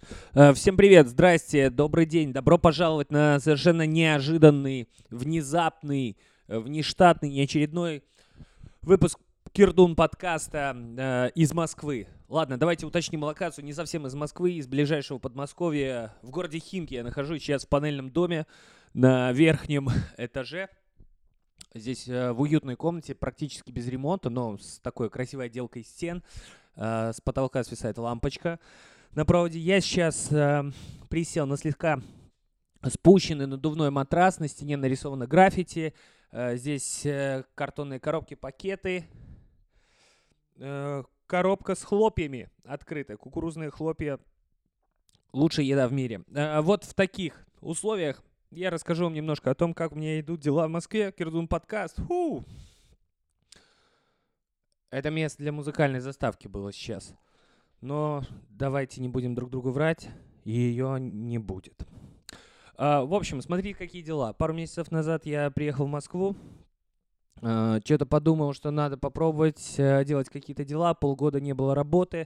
Всем привет, здрасте, добрый день. Добро пожаловать на совершенно неожиданный, внезапный, внештатный, неочередной выпуск Кирдун подкаста из Москвы. Ладно, давайте уточним локацию. Не совсем из Москвы, из ближайшего Подмосковья. В городе Химки я нахожусь сейчас в панельном доме на верхнем этаже. Здесь в уютной комнате, практически без ремонта, но с такой красивой отделкой стен. С потолка свисает лампочка на проводе. Я сейчас присел на слегка спущенный надувной матрас. На стене нарисовано граффити. Здесь картонные коробки, пакеты. Коробка с хлопьями открытая. Кукурузные хлопья. Лучшая еда в мире. Вот в таких условиях я расскажу вам немножко о том, как у меня идут дела в Москве. Кирдун подкаст. Это место для музыкальной заставки было сейчас. Но давайте не будем друг другу врать, и ее не будет. В общем, смотри, какие дела. Пару месяцев назад я приехал в Москву. Что-то подумал, что надо попробовать делать какие-то дела. Полгода не было работы.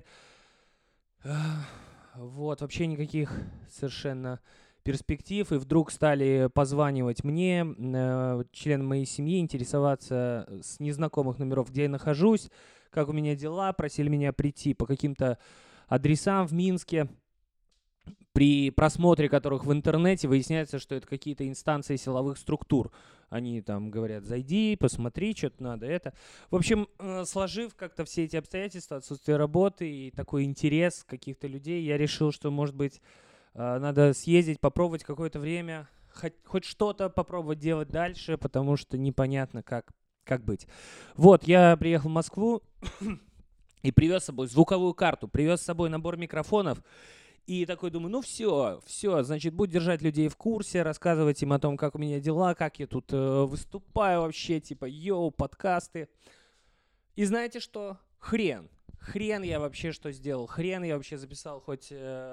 Вот, вообще никаких совершенно перспектив. И вдруг стали позванивать мне, членам моей семьи, интересоваться с незнакомых номеров, где я нахожусь, как у меня дела, просили меня прийти по каким-то адресам в Минске, при просмотре которых в интернете выясняется, что это какие-то инстанции силовых структур. Они там говорят: зайди, посмотри, что-то надо, это. В общем, сложив как-то все эти обстоятельства, отсутствие работы и такой интерес каких-то людей, я решил, что, может быть, надо съездить, попробовать какое-то время, хоть что-то попробовать делать дальше, потому что непонятно, как быть. Вот, я приехал в Москву и привез с собой звуковую карту, привез с собой набор микрофонов. И такой думаю, ну все, значит, буду держать людей в курсе, рассказывать им о том, как у меня дела, как я тут выступаю вообще, типа, йоу, подкасты. И знаете что? Хрен я вообще что сделал, хрен я вообще записал хоть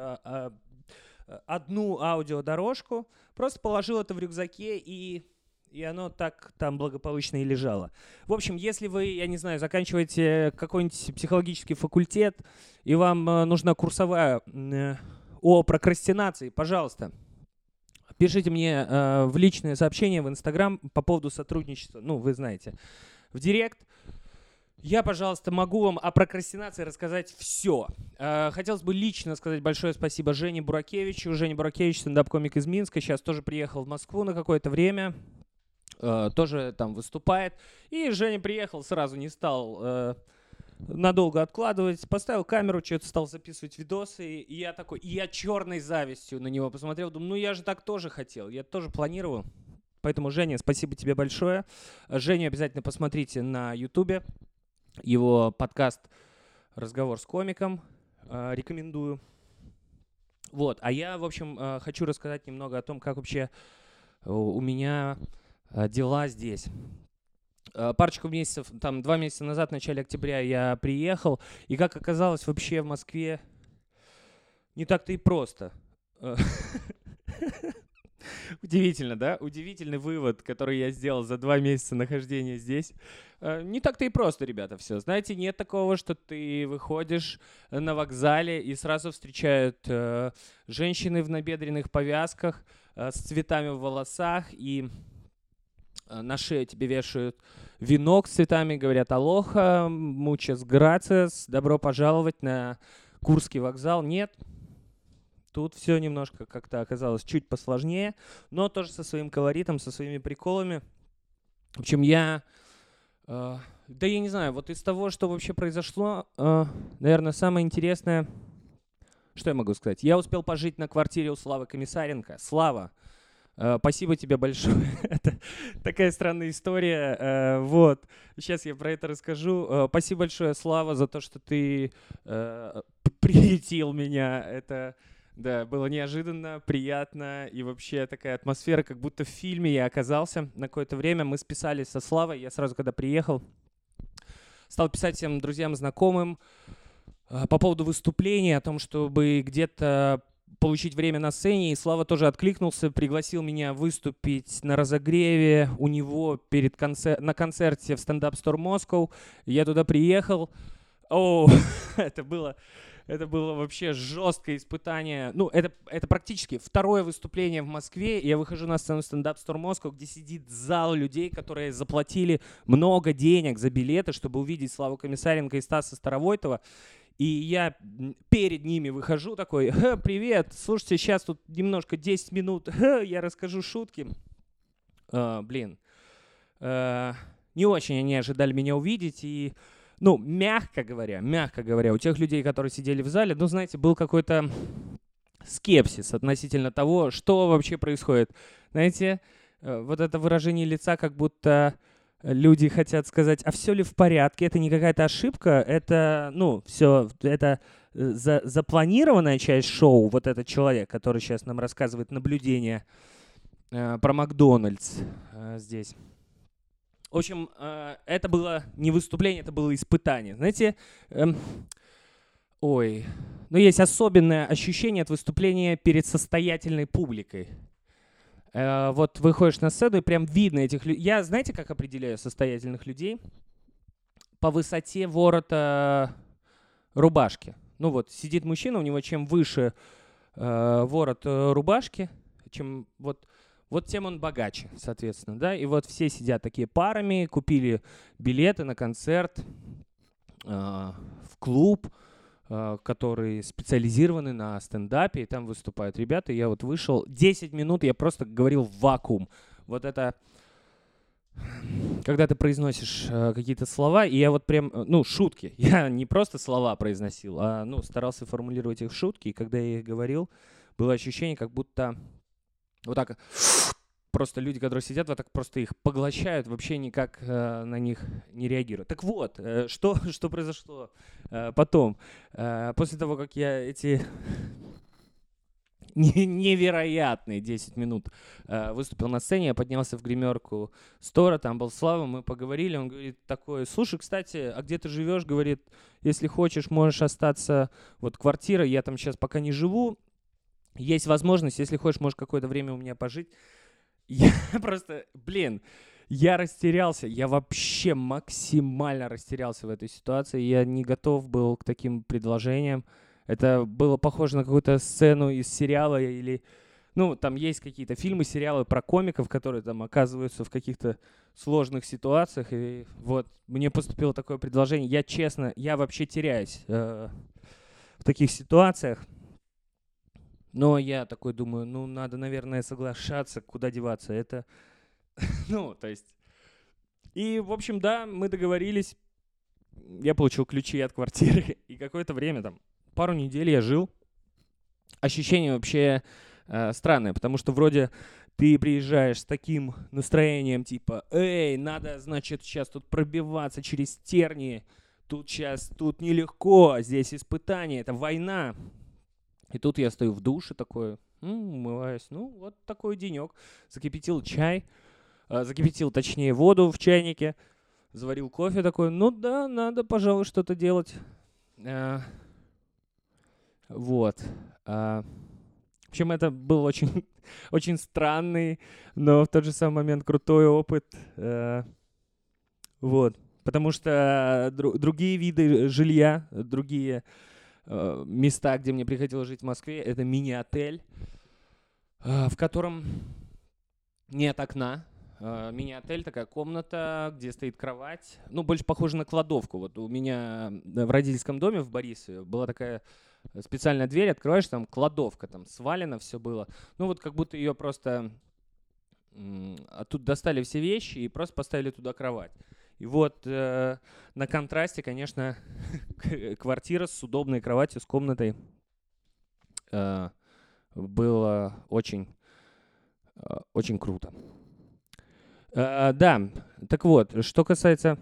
одну аудиодорожку, просто положил это в рюкзаке, и оно так там благополучно и лежало. В общем, если вы, я не знаю, заканчиваете какой-нибудь психологический факультет, и вам нужна курсовая о прокрастинации, пожалуйста, пишите мне в личное сообщение в Инстаграм по поводу сотрудничества, ну, вы знаете, в директ. Я, пожалуйста, могу вам о прокрастинации рассказать все. Хотелось бы лично сказать большое спасибо Жене Буракевичу. Женя Буракевич, стендап-комик из Минска, сейчас тоже приехал в Москву на какое-то время. Тоже там выступает. И Женя приехал, сразу не стал надолго откладывать. Поставил камеру, что-то стал записывать видосы. И я такой, я черной завистью на него посмотрел. Думаю, ну я же так тоже хотел, я тоже планировал. Поэтому, Женя, спасибо тебе большое. Женю обязательно посмотрите на Ютубе. Его подкаст «Разговор с комиком». Рекомендую. Вот. А я, в общем, хочу рассказать немного о том, как вообще у меня дела здесь. Парочку месяцев, там 2 месяца назад, в начале октября, я приехал. И, как оказалось, вообще в Москве не так-то и просто. Удивительно, да? Удивительный вывод, который я сделал за 2 месяца нахождения здесь. Не так-то и просто, ребята, все. Знаете, нет такого, что ты выходишь на вокзале и сразу встречают женщины в набедренных повязках с цветами в волосах, и на шее тебе вешают венок с цветами, говорят «Алоха», «Muchas gracias», «Добро пожаловать на Курский вокзал». Нет. Тут все немножко как-то оказалось чуть посложнее, но тоже со своим колоритом, со своими приколами. В общем, я не знаю, вот из того, что вообще произошло, наверное, самое интересное, что я могу сказать? Я успел пожить на квартире у Славы Комиссаренко. Слава, спасибо тебе большое. Это такая странная история. Вот. Сейчас я про это расскажу. Спасибо большое, Слава, за то, что ты приютил меня. Это... Да, было неожиданно, приятно, и вообще такая атмосфера, как будто в фильме я оказался на какое-то время. Мы списались со Славой, я сразу, когда приехал, стал писать всем друзьям, знакомым по поводу выступления, о том, чтобы где-то получить время на сцене, и Слава тоже откликнулся, пригласил меня выступить на разогреве у него на концерте в Stand Up Store Moscow. Я туда приехал. Это было Это было вообще жесткое испытание. Ну, это практически второе выступление в Москве. Я выхожу на сцену Stand Up Store Moscow, где сидит зал людей, которые заплатили много денег за билеты, чтобы увидеть Славу Комиссаренко и Стаса Старовойтова. И я перед ними выхожу такой: привет, слушайте, сейчас тут немножко 10 минут, я расскажу шутки. Не очень они ожидали меня увидеть. И, ну, мягко говоря, у тех людей, которые сидели в зале, ну, знаете, был какой-то скепсис относительно того, что вообще происходит. Знаете, вот это выражение лица, как будто люди хотят сказать: а все ли в порядке, это не какая-то ошибка, это, ну, все, это запланированная часть шоу, вот этот человек, который сейчас нам рассказывает наблюдения про Макдональдс здесь. В общем, это было не выступление, это было испытание. Знаете, есть особенное ощущение от выступления перед состоятельной публикой. Вот выходишь на сцену, и прям видно этих людей. Я, знаете, как определяю состоятельных людей? По высоте ворота рубашки. Ну вот, сидит мужчина, у него чем выше ворот рубашки, чем вот тем он богаче, соответственно, да. И вот все сидят такие парами, купили билеты на концерт в клуб, который специализированы на стендапе, и там выступают ребята. И я вот вышел, 10 минут я просто говорил в вакуум. Вот это, когда ты произносишь какие-то слова, и я вот прям, шутки. Я не просто слова произносил, а, старался формулировать их в шутки, и когда я их говорил, было ощущение, как будто вот так просто люди, которые сидят, вот так просто их поглощают, вообще никак на них не реагируют. Так вот, что произошло потом? После того, как я эти невероятные 10 минут выступил на сцене, я поднялся в гримерку Стора, там был Слава, мы поговорили, он говорит такой: слушай, кстати, а где ты живешь? Говорит, если хочешь, можешь остаться, вот квартира, я там сейчас пока не живу, есть возможность, если хочешь, можешь какое-то время у меня пожить. Я просто, я растерялся, я вообще максимально растерялся в этой ситуации, я не готов был к таким предложениям. Это было похоже на какую-то сцену из сериала или, там есть какие-то фильмы, сериалы про комиков, которые там оказываются в каких-то сложных ситуациях, и вот мне поступило такое предложение. Я вообще теряюсь в таких ситуациях. Но я такой думаю, надо, наверное, соглашаться, куда деваться. Это, то есть... И, в общем, да, мы договорились. Я получил ключи от квартиры. И какое-то время, там, пару недель я жил. Ощущение вообще странное, потому что вроде ты приезжаешь с таким настроением, типа, надо, значит, сейчас тут пробиваться через тернии. Тут нелегко, здесь испытание, это война. И тут я стою в душе такой, умываюсь, вот такой денек. Закипятил чай, точнее воду в чайнике, заварил кофе такой, да, надо, пожалуй, что-то делать. Вот. В общем, это был очень, очень странный, но в тот же самый момент крутой опыт. Вот. Потому что другие виды жилья, другие места, где мне приходилось жить в Москве, это мини-отель, в котором нет окна. Мини-отель, такая комната, где стоит кровать. Больше похоже на кладовку. Вот у меня в родительском доме в Борисове была такая специальная дверь, открываешь, там кладовка, там свалено все было. Вот как будто ее просто оттуда достали все вещи и просто поставили туда кровать. И вот на контрасте, конечно, квартира с удобной кроватью, с комнатой было очень, очень круто. Да, так вот, что касается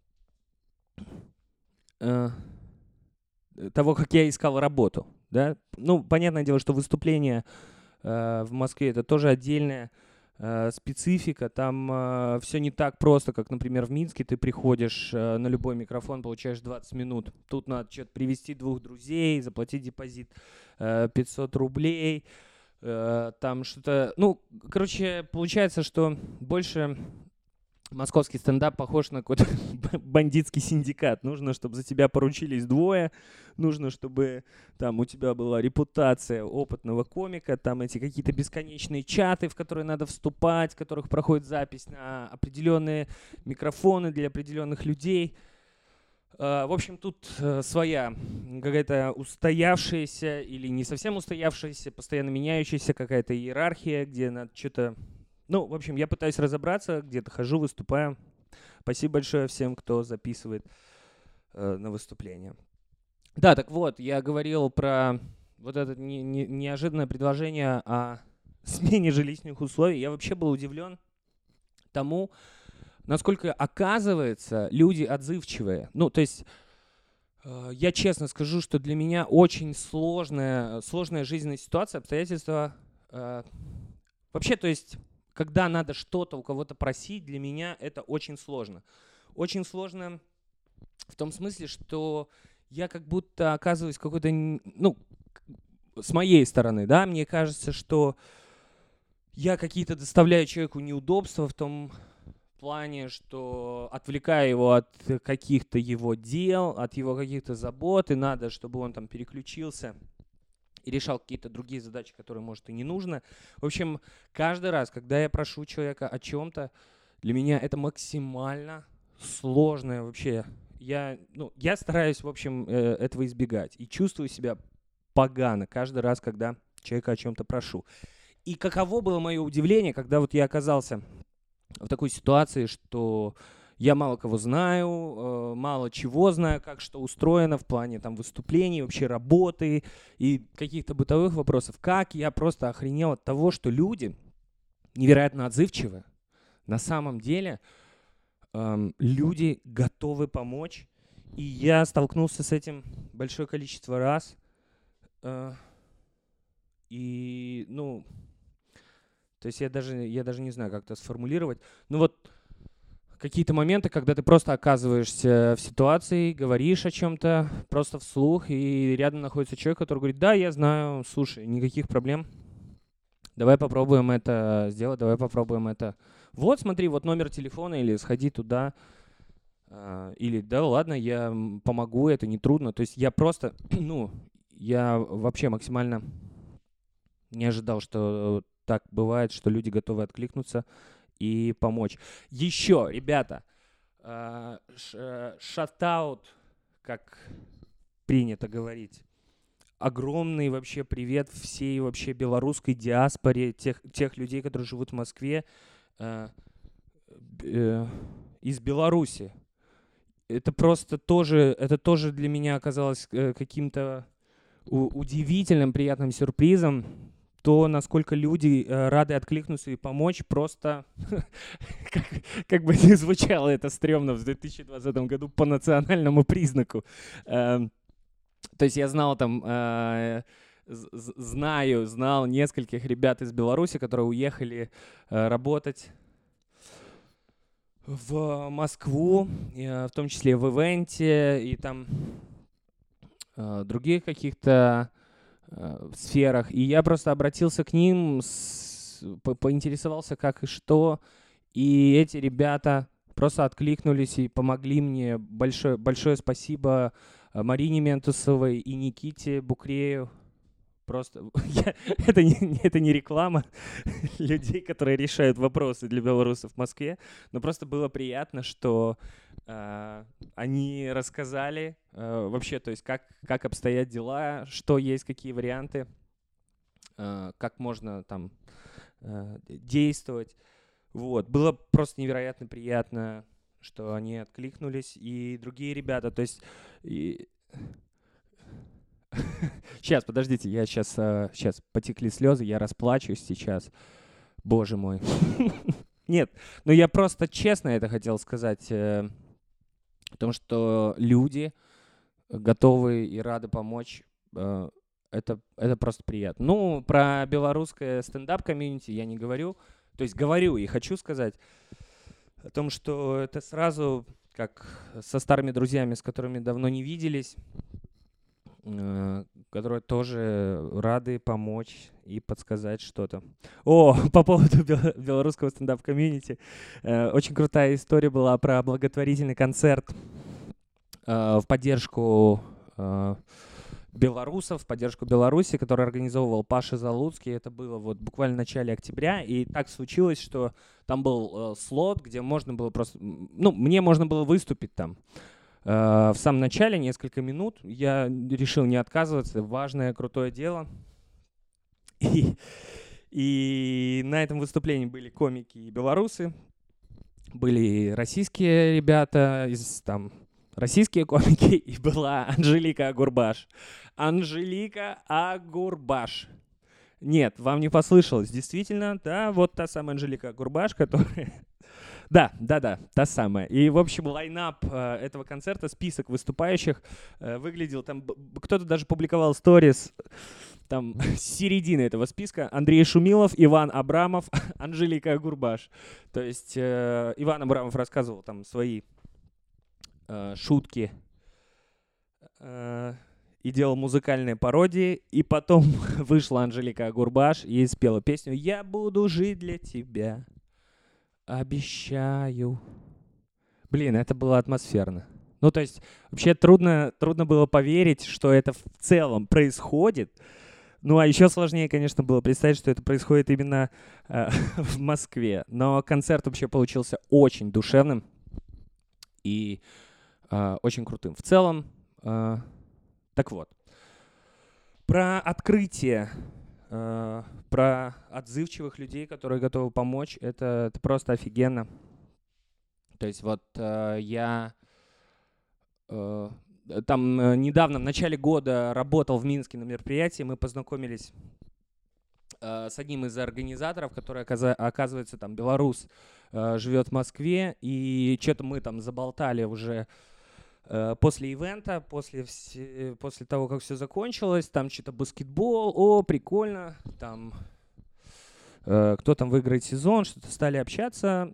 того, как я искал работу, да, понятное дело, что выступление в Москве — это тоже отдельная специфика, там все не так просто, как, например, в Минске. Ты приходишь на любой микрофон, получаешь 20 минут. Тут надо что-то привести 2 друзей, заплатить депозит 500 рублей. Там что-то... получается, что больше московский стендап похож на какой-то бандитский синдикат. Нужно, чтобы за тебя поручились двое. Нужно, чтобы там у тебя была репутация опытного комика. Там эти какие-то бесконечные чаты, в которые надо вступать, в которых проходит запись на определенные микрофоны для определенных людей. В общем, тут своя какая-то устоявшаяся или не совсем устоявшаяся, постоянно меняющаяся какая-то иерархия, где надо что-то... Ну, в общем, я пытаюсь разобраться, где-то хожу, выступаю. Спасибо большое всем, кто записывает на выступление. Да, так вот, я говорил про вот это неожиданное предложение о смене жилищных условий. Я вообще был удивлен тому, насколько, оказывается, люди отзывчивые. Ну, то есть, я честно скажу, что для меня очень сложная жизненная ситуация, обстоятельства. Вообще, то есть, когда надо что-то у кого-то просить, для меня это очень сложно. Очень сложно в том смысле, что я как будто оказываюсь какой-то, ну, с моей стороны, да, мне кажется, что я какие-то доставляю человеку неудобства в том плане, что отвлекаю его от каких-то его дел, от его каких-то забот, и надо, чтобы он там переключился и решал какие-то другие задачи, которые, может, и не нужно. В общем, каждый раз, когда я прошу человека о чем-то, для меня это максимально сложное вообще. Я стараюсь, в общем, этого избегать. И чувствую себя погано каждый раз, когда человека о чем-то прошу. И каково было мое удивление, когда вот я оказался в такой ситуации, что я мало кого знаю, мало чего знаю, как что устроено в плане там выступлений, вообще работы и каких-то бытовых вопросов. Как я просто охренел от того, что люди невероятно отзывчивы. На самом деле люди готовы помочь. И я столкнулся с этим большое количество раз. И, ну, то есть я даже не знаю, как это сформулировать. Ну вот какие-то моменты, когда ты просто оказываешься в ситуации, говоришь о чем-то просто вслух, и рядом находится человек, который говорит: да, я знаю, слушай, никаких проблем. Давай попробуем это сделать, давай попробуем это. Вот, смотри, вот номер телефона, или сходи туда. Или да, ладно, я помогу, это не трудно. То есть я просто, я вообще максимально не ожидал, что так бывает, что люди готовы откликнуться и помочь. Еще, ребята, шатаут, как принято говорить. Огромный вообще привет всей вообще белорусской диаспоре, тех людей, которые живут в Москве, из Беларуси. Это тоже для меня оказалось каким-то удивительным, приятным сюрпризом. То, насколько люди рады откликнуться и помочь, просто, как бы ни звучало это стрёмно в 2020 году, по национальному признаку. То есть я знал знал нескольких ребят из Беларуси, которые уехали работать в Москву, в том числе в ивенте и там других каких-то сферах. И я просто обратился к ним, поинтересовался, как и что. И эти ребята просто откликнулись и помогли мне. Большое спасибо Марине Ментусовой и Никите Букрею. Просто это не реклама людей, которые решают вопросы для белорусов в Москве, но просто было приятно, что они рассказали вообще, то есть как обстоят дела, что есть, какие варианты, как можно там действовать. Вот. Было просто невероятно приятно, что они откликнулись, и другие ребята, то есть... Сейчас, подождите, сейчас потекли слезы, я расплачусь сейчас. Боже мой. Нет, но я просто честно это хотел сказать, о том, что люди готовы и рады помочь. Это просто приятно. Ну, про белорусское стендап-комьюнити я не говорю. То есть говорю и хочу сказать о том, что это сразу, как со старыми друзьями, с которыми давно не виделись, которые тоже рады помочь и подсказать что-то. О, по поводу белорусского стендап-комьюнити. Очень крутая история была про благотворительный концерт в поддержку белорусов, в поддержку Беларуси, который организовывал Паша Залуцкий. Это было вот буквально в начале октября. И так случилось, что там был слот, где можно было просто... Ну, мне можно было выступить там. В самом начале, несколько минут, я решил не отказываться. Важное, крутое дело. И на этом выступлении были комики и белорусы, были российские ребята, российские комики, и была Анжелика Агурбаш. Анжелика Агурбаш. Нет, вам не послышалось. Действительно, да, вот та самая Анжелика Агурбаш, которая... Да, та самая. И, в общем, лайнап этого концерта, список выступающих выглядел там... Кто-то даже публиковал сторис там с середины этого списка. Андрей Шумилов, Иван Абрамов, Анжелика Агурбаш. То есть Иван Абрамов рассказывал там свои шутки и делал музыкальные пародии. И потом вышла Анжелика Агурбаш и спела песню «Я буду жить для тебя». Обещаю. Блин, это было атмосферно. Ну, то есть, вообще трудно было поверить, что это в целом происходит. Ну, а еще сложнее, конечно, было представить, что это происходит именно в Москве. Но концерт вообще получился очень душевным и очень крутым. В целом, так вот, про открытие, про отзывчивых людей, которые готовы помочь, это просто офигенно. То есть вот я там недавно, в начале года, работал в Минске на мероприятии, мы познакомились с одним из организаторов, который, оказывается, там белорус, живет в Москве, и что-то мы там заболтали уже после ивента, после того, как все закончилось, там что-то баскетбол, прикольно, там кто там выиграет сезон, что-то стали общаться.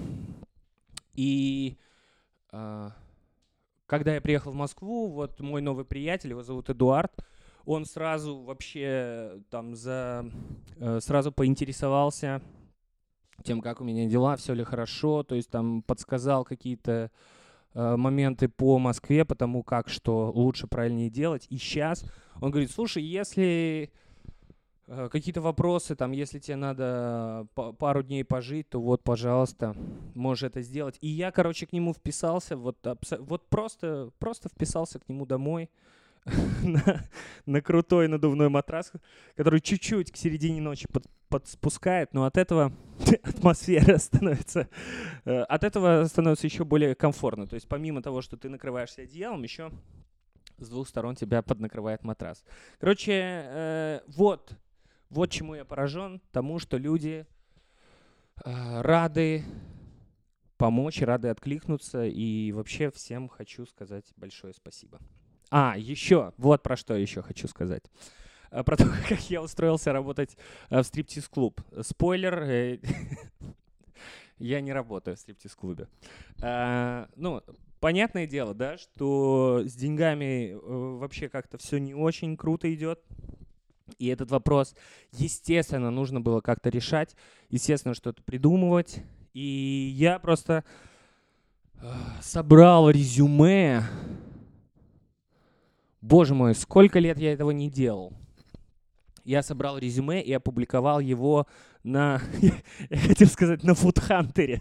И когда я приехал в Москву, вот мой новый приятель, его зовут Эдуард, он сразу вообще там сразу поинтересовался тем, как у меня дела, все ли хорошо, то есть там подсказал какие-то моменты по Москве, потому как что лучше, правильнее делать. И сейчас он говорит: слушай, если какие-то вопросы, там, если тебе надо пару дней пожить, то вот, пожалуйста, можешь это сделать. И я, короче, к нему вписался, вот просто вписался к нему домой на крутой надувной матрас, который чуть-чуть к середине ночи подспускает, но от этого атмосфера становится еще более комфортно. То есть помимо того, что ты накрываешься одеялом, еще с двух сторон тебя поднакрывает матрас. Короче, вот чему я поражен, тому, что люди рады помочь, рады откликнуться, и вообще всем хочу сказать большое спасибо. Еще, вот про что еще хочу сказать. Про то, как я устроился работать в стриптиз-клуб. Спойлер, я не работаю в стриптиз-клубе. Понятное дело, да, что с деньгами вообще как-то все не очень круто идет. И этот вопрос, естественно, нужно было как-то решать, естественно, что-то придумывать. И я просто собрал резюме. Боже мой, сколько лет я этого не делал. Я собрал резюме и опубликовал его я хотел сказать, на FoodHunter.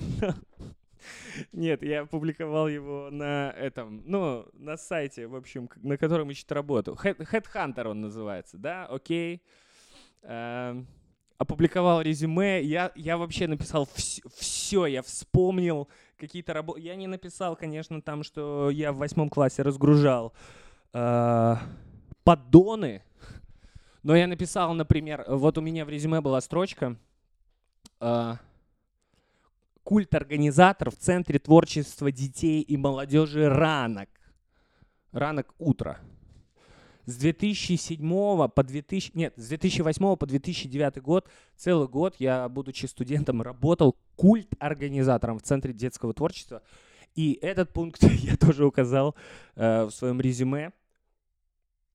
Нет, я опубликовал его на на сайте, в общем, на котором ищет работу. Headhunter он называется, да, окей. Опубликовал резюме, я вообще написал все, я вспомнил какие-то работы. Я не написал, конечно, там, что я в 8 классе разгружал поддоны, но я написал, например, вот у меня в резюме была строчка «Культ-организатор в Центре творчества детей и молодежи «Ранок». «Ранок утро». С 2008 по 2009 год, целый год я, будучи студентом, работал культ-организатором в Центре детского творчества. И этот пункт я тоже указал в своем резюме.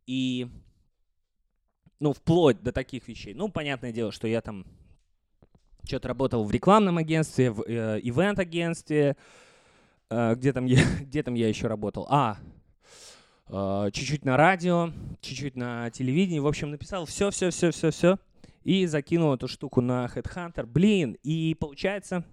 И, ну, вплоть до таких вещей. Ну, понятное дело, что я там что-то работал в рекламном агентстве, в ивент-агентстве. Где там я еще работал? Чуть-чуть на радио, чуть-чуть на телевидении. В общем, написал все и закинул эту штуку на Headhunter. Блин, и получается,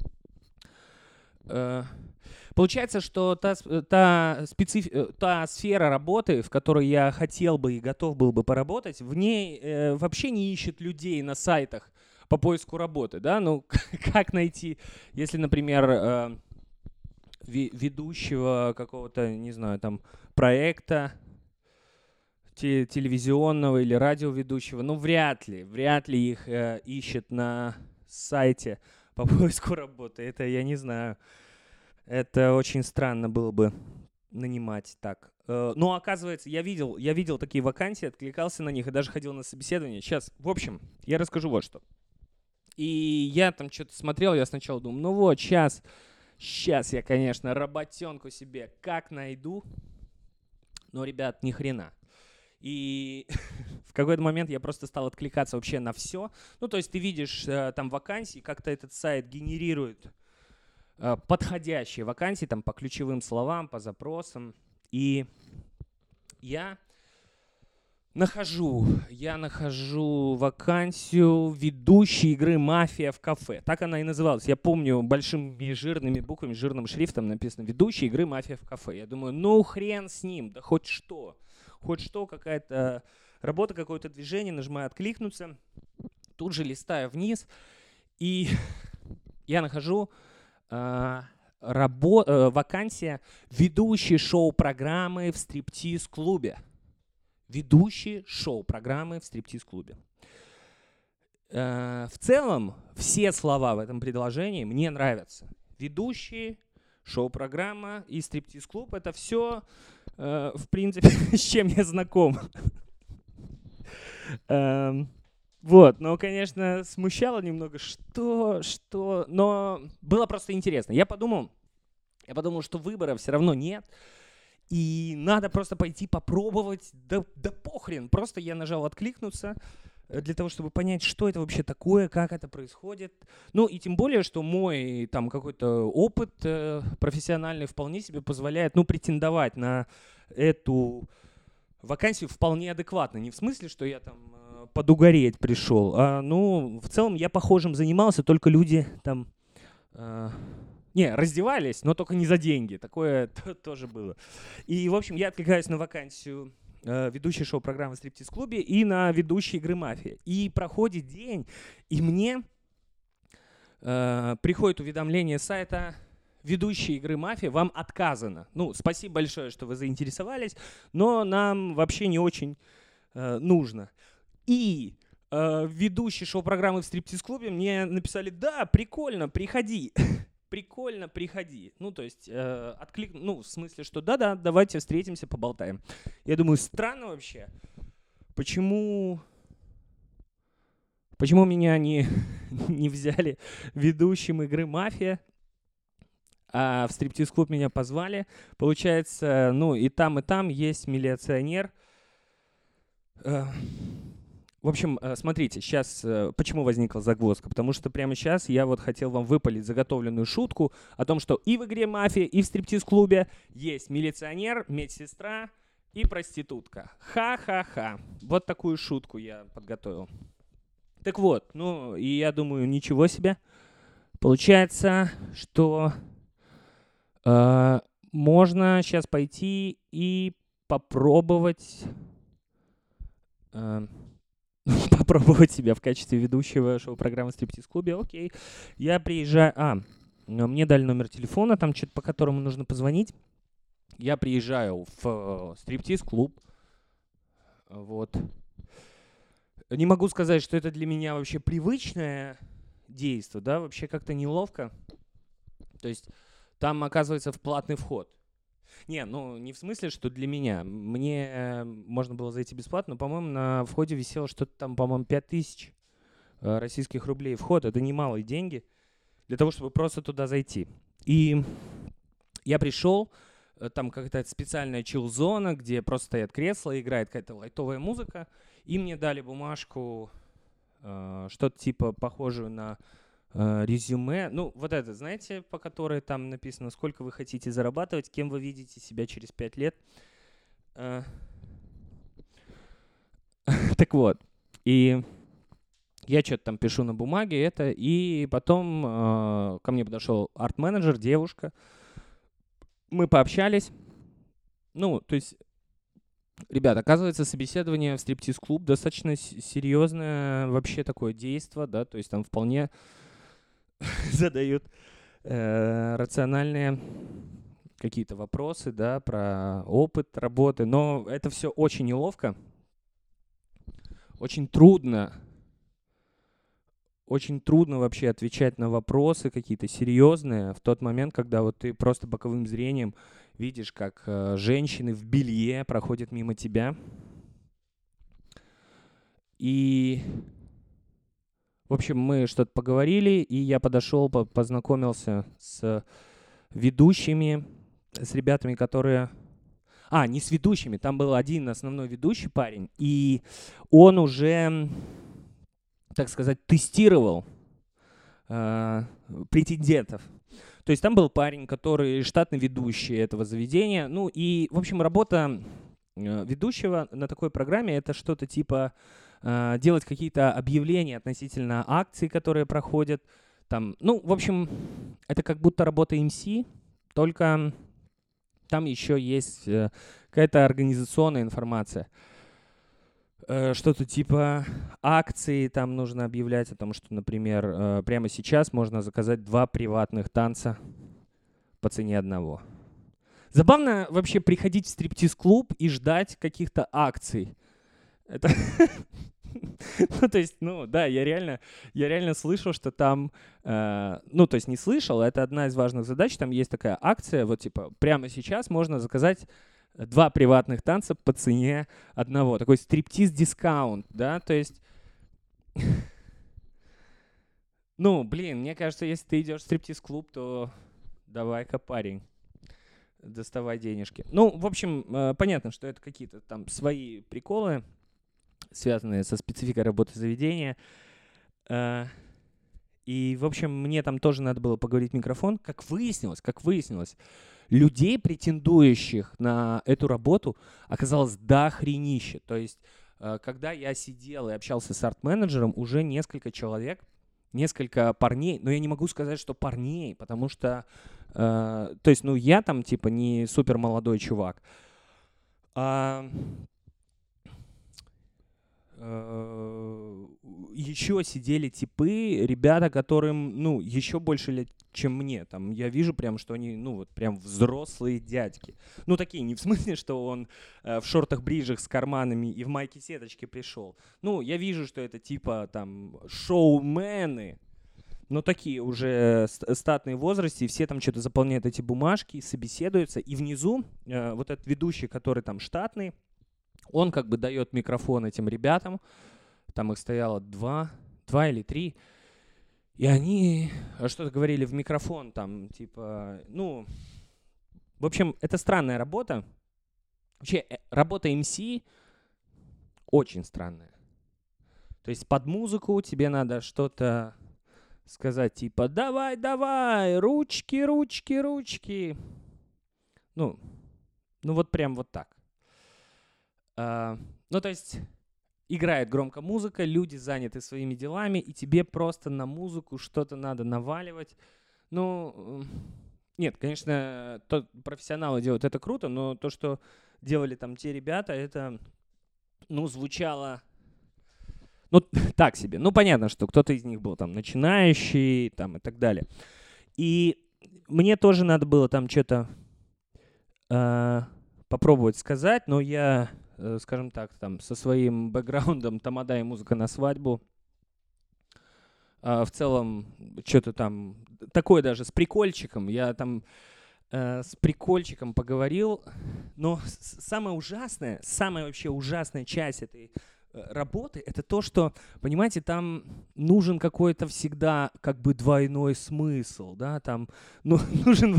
что та сфера работы, в которой я хотел бы и готов был бы поработать, в ней вообще не ищет людей на сайтах по поиску работы, да? Ну, как найти, если, например, ведущего какого-то, не знаю, там, проекта телевизионного или радиоведущего, ну, вряд ли их ищет на сайте по поиску работы. Это я не знаю. Это очень странно было бы нанимать так. Но оказывается, я видел такие вакансии, откликался на них и даже ходил на собеседование. Сейчас, в общем, я расскажу вот что. И я там что-то смотрел, я сначала думал, ну вот, сейчас я, конечно, работенку себе как найду. Но, ребят, ни хрена. И в какой-то момент я просто стал откликаться вообще на все. Ну, то есть ты видишь там вакансии, как-то этот сайт генерирует подходящие вакансии там по ключевым словам, по запросам. И я нахожу вакансию ведущей игры «Мафия» в кафе. Так она и называлась. Я помню, большими жирными буквами, жирным шрифтом написано «Ведущей игры «Мафия» в кафе». Я думаю, ну хрен с ним, да хоть что, какая-то работа, какое-то движение, нажимаю «Откликнуться», тут же листаю вниз, и я нахожу вакансия «Ведущий шоу-программы в стриптиз-клубе». Ведущие шоу-программы в стриптиз-клубе. В целом, все слова в этом предложении мне нравятся. Ведущие, шоу-программа и стриптиз-клуб — это все, в принципе, с чем я знаком. Вот, но, конечно, смущало немного, но было просто интересно. Я подумал, что выбора все равно нет. И надо просто пойти попробовать, да похрен. Просто я нажал «Откликнуться» для того, чтобы понять, что это вообще такое, как это происходит. Ну и тем более, что мой там какой-то опыт профессиональный вполне себе позволяет, ну, претендовать на эту вакансию вполне адекватно. Не в смысле, что я там подугореть пришел, а, ну, в целом я похожим занимался, только люди там... раздевались, но только не за деньги. Такое тоже было. И, в общем, я откликаюсь на вакансию ведущей шоу-программы в стриптиз-клубе и на ведущей игры «Мафия». И проходит день, и мне приходит уведомление с сайта: ведущей игры «Мафия», вам отказано. Ну, спасибо большое, что вы заинтересовались, но нам вообще не очень нужно. И ведущие шоу-программы в стриптиз-клубе мне написали: да, прикольно, приходи. Прикольно, приходи. Ну, то есть, ну, в смысле, что да-да, давайте встретимся, поболтаем. Я думаю, странно вообще, почему меня не взяли ведущим игры «Мафия», а в стриптиз-клуб меня позвали. Получается, ну, и там есть милиционер. В общем, смотрите, сейчас почему возникла загвоздка? Потому что прямо сейчас я вот хотел вам выпалить заготовленную шутку о том, что и в игре «Мафия», и в стриптиз-клубе есть милиционер, медсестра и проститутка. Ха-ха-ха. Вот такую шутку я подготовил. Так вот, ну и я думаю, ничего себе. Получается, что можно сейчас пойти и попробовать... попробовать себя в качестве ведущего шоу-программы в стриптиз-клубе. Окей. Я приезжаю... мне дали номер телефона, там что-то, по которому нужно позвонить. Я приезжаю в стриптиз-клуб. Вот. Не могу сказать, что это для меня вообще привычное действие, да, вообще как-то неловко. То есть там, оказывается, в платный вход. Не, ну не в смысле, что для меня. Мне можно было зайти бесплатно, но, по-моему, на входе висело что-то там, по-моему, 5000 российских рублей вход. Это немалые деньги для того, чтобы просто туда зайти. И я пришел, там какая-то специальная чил-зона, где просто стоят кресла, играет какая-то лайтовая музыка. И мне дали бумажку, что-то типа похожую на резюме. Ну, вот это, знаете, по которой там написано, сколько вы хотите зарабатывать, кем вы видите себя через 5 лет. Так вот. И я что-то там пишу на бумаге это, и потом ко мне подошел арт-менеджер, девушка. Мы пообщались. Ну, то есть, ребят, оказывается, собеседование в стриптиз-клуб достаточно серьезное вообще такое действо, да, то есть там вполне задают рациональные какие-то вопросы, да, про опыт работы, но это все очень неловко, очень трудно вообще отвечать на вопросы какие-то серьезные в тот момент, когда вот ты просто боковым зрением видишь, как женщины в белье проходят мимо тебя. И, в общем, мы что-то поговорили, и я подошел, познакомился с ведущими, с ребятами, которые... не с ведущими, там был один основной ведущий парень, и он уже, так сказать, тестировал претендентов. То есть там был парень, который штатный ведущий этого заведения. Ну и, в общем, работа ведущего на такой программе — это что-то типа делать какие-то объявления относительно акций, которые проходят. Там, ну, в общем, это как будто работа MC, только там еще есть какая-то организационная информация. Что-то типа акции, там нужно объявлять о том, что, например, прямо сейчас можно заказать 2 приватных танца по цене одного. Забавно вообще приходить в стриптиз-клуб и ждать каких-то акций. Это... Ну, то есть, ну, да, я реально слышал, что там, ну, то есть не слышал, это одна из важных задач, там есть такая акция, вот, типа, прямо сейчас можно заказать 2 приватных танца по цене одного. Такой стриптиз-дискаунт, да, то есть... Ну, блин, мне кажется, если ты идешь в стриптиз-клуб, то давай-ка, парень, доставай денежки. Ну, в общем, понятно, что это какие-то там свои приколы, связанные со спецификой работы заведения. И, в общем, мне там тоже надо было поговорить в микрофон. Как выяснилось, людей, претендующих на эту работу, оказалось дохренище. То есть, когда я сидел и общался с арт-менеджером, уже несколько человек, несколько парней, но я не могу сказать, что парней, потому что, то есть, ну, я там, типа, не супер молодой чувак. Еще сидели типы, ребята, которым, ну, еще больше лет, чем мне. Там я вижу прям, что они, ну, вот прям взрослые дядьки. Ну, такие, не в смысле, что он в шортах-бриджах с карманами и в майке-сеточке пришел. Ну, я вижу, что это типа там шоумены, но такие уже статные в возрасте, и все там что-то заполняют эти бумажки, собеседуются. И внизу вот этот ведущий, который там штатный, он как бы дает микрофон этим ребятам. Там их стояло 2 или 3. И они что-то говорили в микрофон, там, типа, ну, в общем, это странная работа. Вообще, работа MC очень странная. То есть под музыку тебе надо что-то сказать, типа, давай, давай, ручки, ручки, ручки. Ну вот прям вот так. Ну, то есть играет громко музыка, люди заняты своими делами, и тебе просто на музыку что-то надо наваливать. Ну, нет, конечно, профессионалы делают это круто, но то, что делали там те ребята, это, ну, звучало, ну, так себе. Ну, понятно, что кто-то из них был там начинающий, там, и так далее. И мне тоже надо было там что-то попробовать сказать, но я, скажем так, там со своим бэкграундом тамада и музыка на свадьбу, в целом что-то там такое даже с прикольчиком, я там с прикольчиком поговорил, но самая вообще ужасная часть этой работы — это то, что, понимаете, там нужен какой-то всегда как бы двойной смысл, да, там нужен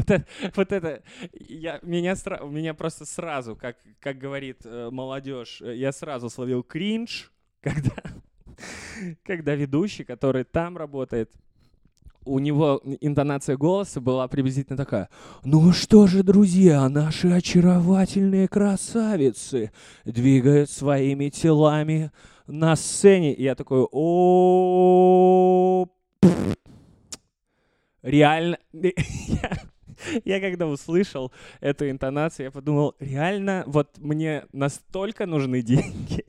меня просто сразу, как говорит молодежь, я сразу словил кринж, когда ведущий, который там работает, у него интонация голоса была приблизительно такая: «Ну что же, друзья, наши очаровательные красавицы двигают своими телами на сцене». И я такой: о, реально. Я когда услышал эту интонацию, я подумал: реально, вот мне настолько нужны деньги,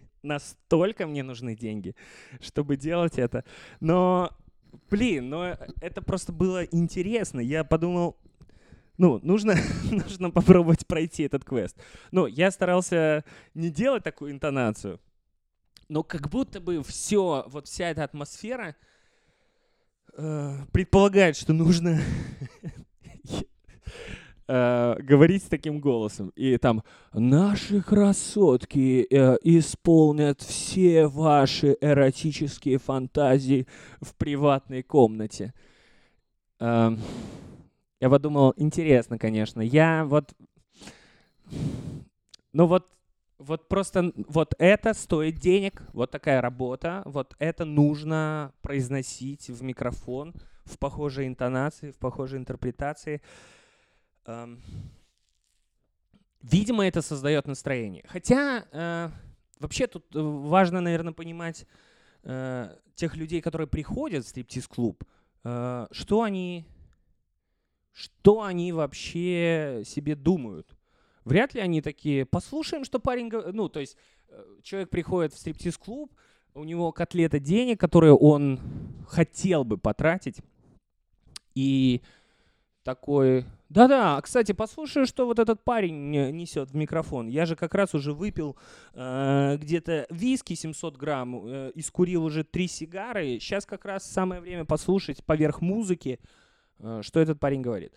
чтобы делать это. Но это просто было интересно. Я подумал, нужно попробовать пройти этот квест. Я старался не делать такую интонацию, но как будто бы вся эта атмосфера предполагает, что нужно говорить с таким голосом. И там: «Наши красотки исполнят все ваши эротические фантазии в приватной комнате». Я подумал, интересно, конечно. Просто это стоит денег, вот такая работа, вот это нужно произносить в микрофон в похожей интонации, в похожей интерпретации. Видимо, это создает настроение. Хотя вообще тут важно, наверное, понимать тех людей, которые приходят в стриптиз-клуб, что они вообще себе думают. Вряд ли они такие: послушаем, что парень говорит. То есть человек приходит в стриптиз-клуб, у него котлета денег, которые он хотел бы потратить, и такой: да-да, кстати, послушай, что вот этот парень несет в микрофон. Я же как раз уже выпил где-то виски 700 грамм, и скурил уже 3 сигары. Сейчас как раз самое время послушать поверх музыки, что этот парень говорит.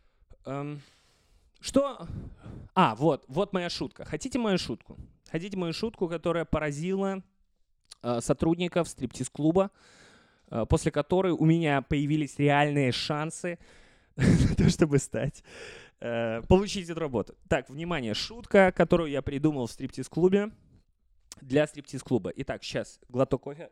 Вот моя шутка. Хотите мою шутку? Хотите мою шутку, которая поразила сотрудников стриптиз-клуба, после которой у меня появились реальные шансы на то, чтобы получить эту работу. Так, внимание, шутка, которую я придумал в стриптиз-клубе для стриптиз-клуба. Итак, сейчас глоток кофе.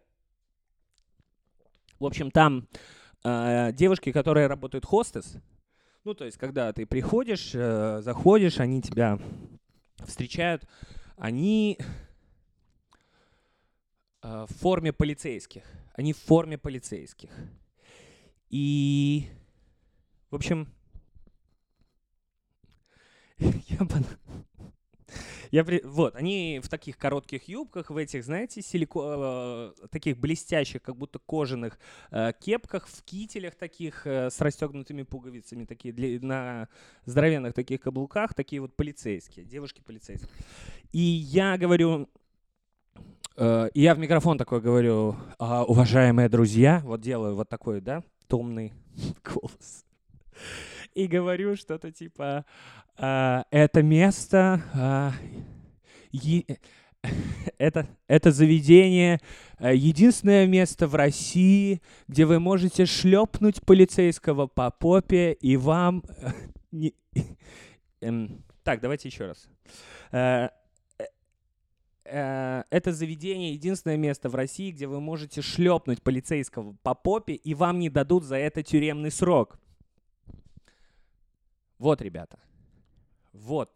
В общем, там девушки, которые работают хостес, то есть когда ты приходишь, заходишь, они тебя встречают, они в форме полицейских. И, в общем, они в таких коротких юбках, в этих, знаете, таких блестящих, как будто кожаных кепках, в кителях таких с расстегнутыми пуговицами, такие на здоровенных таких каблуках, такие вот полицейские, девушки-полицейские. И я говорю, я в микрофон такой говорю: уважаемые друзья, вот делаю вот такой, да, томный голос. И говорю что-то типа: это место, это заведение, единственное место в России, где вы можете шлепнуть полицейского по попе, и вам... Так, давайте еще раз. Это заведение, единственное место в России, где вы можете шлепнуть полицейского по попе, и вам не дадут за это тюремный срок. Вот, ребята. Вот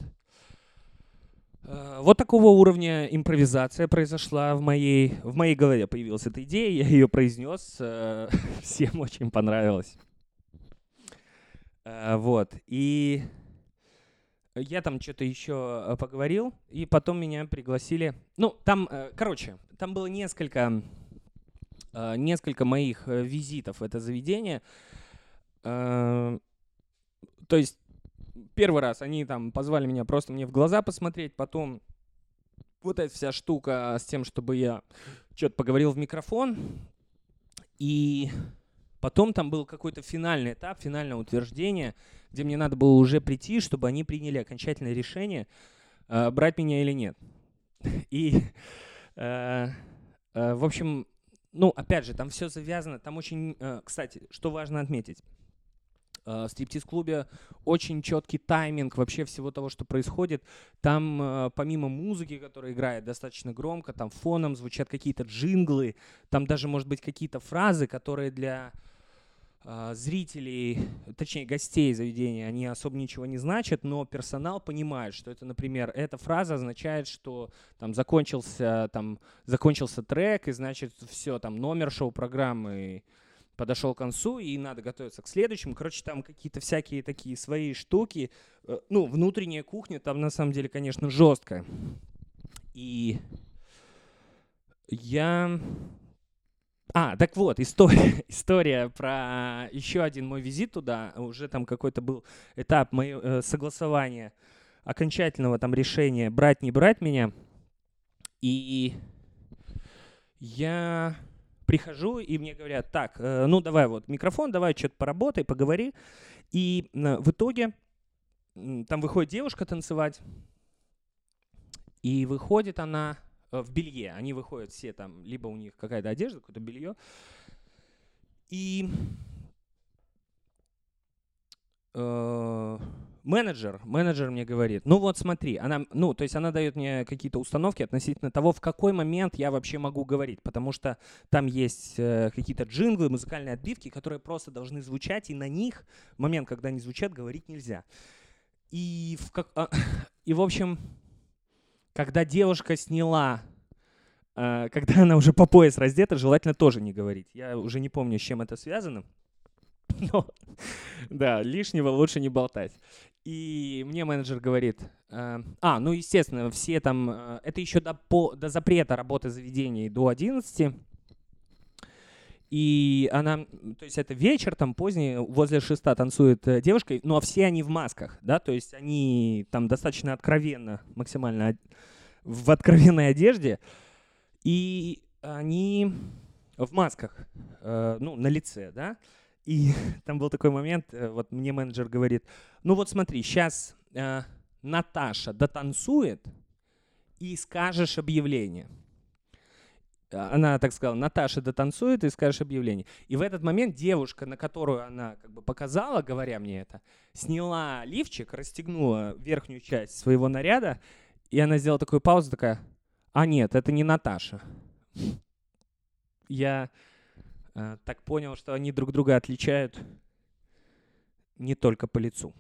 такого уровня импровизация произошла в моей голове. Появилась эта идея, я ее произнес, всем очень понравилось. И я там что-то еще поговорил, и потом меня пригласили. Там было несколько моих визитов в это заведение. То есть первый раз они там позвали меня просто мне в глаза посмотреть, потом вот эта вся штука с тем, чтобы я что-то поговорил в микрофон, и потом там был какой-то финальный этап, финальное утверждение, где мне надо было уже прийти, чтобы они приняли окончательное решение, брать меня или нет. И В общем, ну, опять же, там все завязано, там очень... Кстати, что важно отметить. В стриптиз-клубе очень четкий тайминг вообще всего того, что происходит. Там помимо музыки, которая играет достаточно громко, там фоном звучат какие-то джинглы, там даже, может быть, какие-то фразы, которые для зрителей, точнее, гостей заведения, они особо ничего не значат, но персонал понимает, что это, например, эта фраза означает, что там закончился трек, и значит все, там номер шоу-программы подошел к концу, и надо готовиться к следующему. Короче, там какие-то всякие такие свои штуки. Ну, внутренняя кухня там на самом деле, конечно, жесткая. И я... так вот, история про еще один мой визит туда. Уже там какой-то был этап моего согласования окончательного там решения брать, не брать меня. И я прихожу, и мне говорят, так, ну давай вот микрофон, давай что-то поработай, поговори. И в итоге там выходит девушка танцевать, и выходит она в белье. Они выходят все там, либо у них какая-то одежда, какое-то белье. И менеджер мне говорит, ну вот смотри, то есть она дает мне какие-то установки относительно того, в какой момент я вообще могу говорить, потому что там есть какие-то джинглы, музыкальные отбивки, которые просто должны звучать, и на них в момент, когда они звучат, говорить нельзя. И в общем, когда девушка сняла, когда она уже по пояс раздета, желательно тоже не говорить. Я уже не помню, с чем это связано. Но, да, лишнего лучше не болтать. И мне менеджер говорит, ну, естественно, все там, это еще до запрета работы заведений до 11. И она, то есть это вечер, там поздний, возле 6 танцует девушка, ну, а все они в масках, да, то есть они там достаточно откровенно, максимально в откровенной одежде, и они в масках, ну, на лице, да. И там был такой момент, вот мне менеджер говорит, ну вот смотри, сейчас Наташа дотанцует и скажешь объявление. Она так сказала, Наташа дотанцует и скажешь объявление. И в этот момент девушка, на которую она как бы показала, говоря мне это, сняла лифчик, расстегнула верхнюю часть своего наряда, и она сделала такую паузу, такая, нет, это не Наташа. Я так понял, что они друг друга отличают не только по лицу.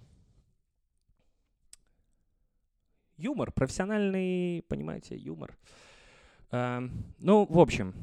Юмор, профессиональный, понимаете, юмор. Ну, в общем,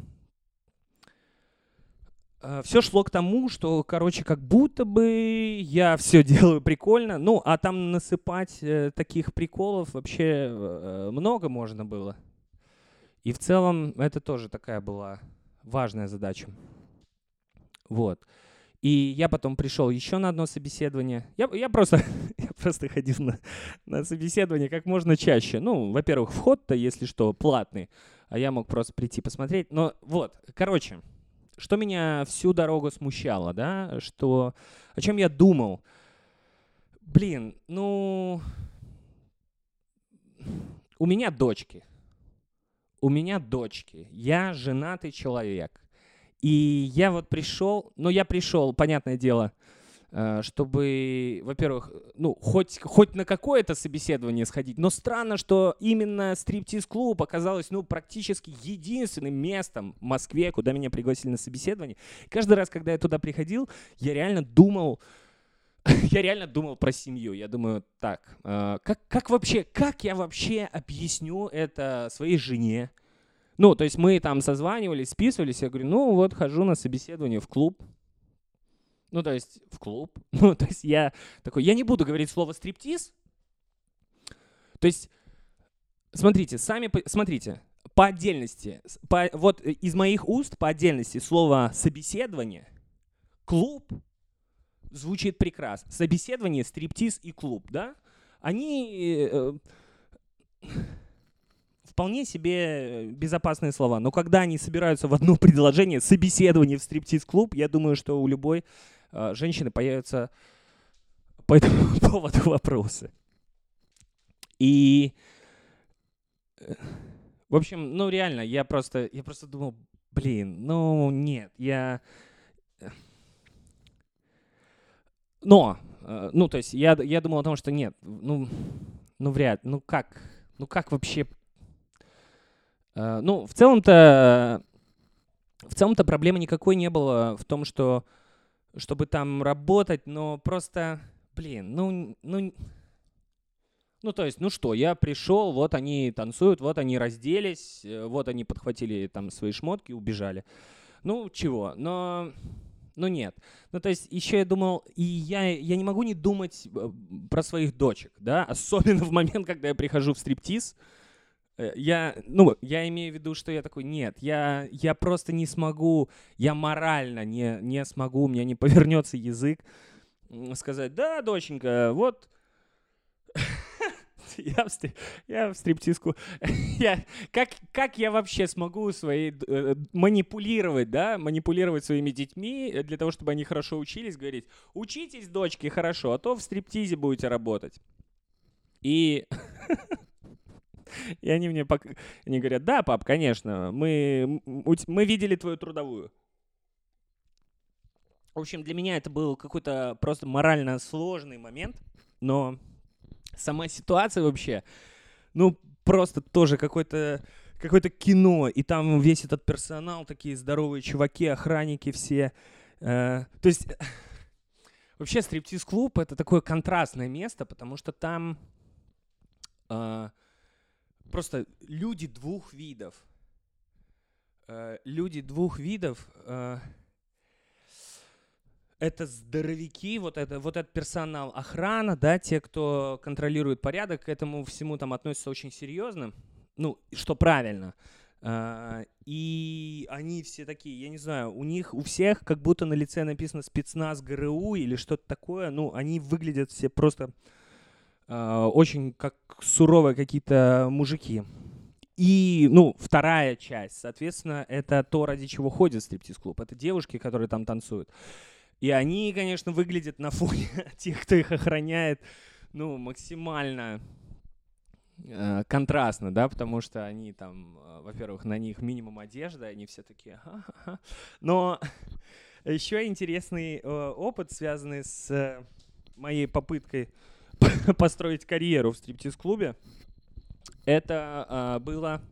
все шло к тому, что, короче, как будто бы я все делаю прикольно. Ну, а там насыпать таких приколов вообще много можно было. И в целом это тоже такая была важная задача. Вот. И я потом пришел еще на одно собеседование. Я просто ходил на собеседование как можно чаще. Ну, во-первых, вход-то, если что, платный. А я мог просто прийти посмотреть. Но вот, короче, что меня всю дорогу смущало, да? О чем я думал? Блин, ну... У меня дочки. Я женатый человек. И я вот пришел, понятное дело, чтобы, во-первых, ну, хоть на какое-то собеседование сходить, но странно, что именно стриптиз-клуб оказалось, ну, практически единственным местом в Москве, куда меня пригласили на собеседование. И каждый раз, когда я туда приходил, я реально думал про семью. Я думаю, так, как я вообще объясню это своей жене? Ну, то есть мы там созванивались, списывались, я говорю, ну вот хожу на собеседование в клуб. Ну, то есть в клуб. Ну, то есть я такой, я не буду говорить слово стриптиз. То есть, смотрите, по отдельности, вот из моих уст по отдельности слово собеседование, клуб звучит прекрасно. Собеседование, стриптиз и клуб, да? Они... вполне себе безопасные слова. Но когда они собираются в одно предложение, собеседование в стриптиз-клуб, я думаю, что у любой женщины появятся по этому поводу вопросы. И В общем, ну реально, я просто думал, блин, ну нет, ну то есть я думал о том, что нет, ну вряд, ну как вообще, ну в целом-то проблемы никакой не было в том, что чтобы там работать, но просто, блин, ну, то есть, ну что, я пришел, вот они танцуют, вот они разделись, вот они подхватили там свои шмотки, убежали. Ну, чего, но нет. Ну, то есть, еще я думал, и я не могу не думать про своих дочек, да, особенно в момент, когда я прихожу в стриптиз. Я имею в виду, что я такой, нет, я просто не смогу, я морально не смогу, у меня не повернется язык сказать, да, доченька, вот я в стриптизку. Как я вообще смогу манипулировать своими детьми для того, чтобы они хорошо учились, говорить, учитесь, дочки, хорошо, а то в стриптизе будете работать. И они мне они говорят, да, пап, конечно, мы видели твою трудовую. В общем, для меня это был какой-то просто морально сложный момент, но сама ситуация вообще, ну, просто тоже какое-то кино, и там весь этот персонал, такие здоровые чуваки, охранники все. То есть вообще стриптиз-клуб — это такое контрастное место, потому что там просто люди двух видов. Это здоровяки, вот этот персонал, охрана, да, те, кто контролирует порядок, к этому всему там относятся очень серьезно, ну, что правильно. И они все такие, я не знаю, у всех как будто на лице написано спецназ ГРУ или что-то такое, ну, они выглядят все просто очень как суровые какие-то мужики. И, ну, вторая часть, соответственно, это то, ради чего ходит стриптиз-клуб. Это девушки, которые там танцуют. И они, конечно, выглядят на фоне тех, кто их охраняет, ну, максимально контрастно, да, потому что они там, во-первых, на них минимум одежды, они все такие ха-ха-ха. Но еще интересный опыт, связанный с моей попыткой построить карьеру в стриптиз-клубе, это было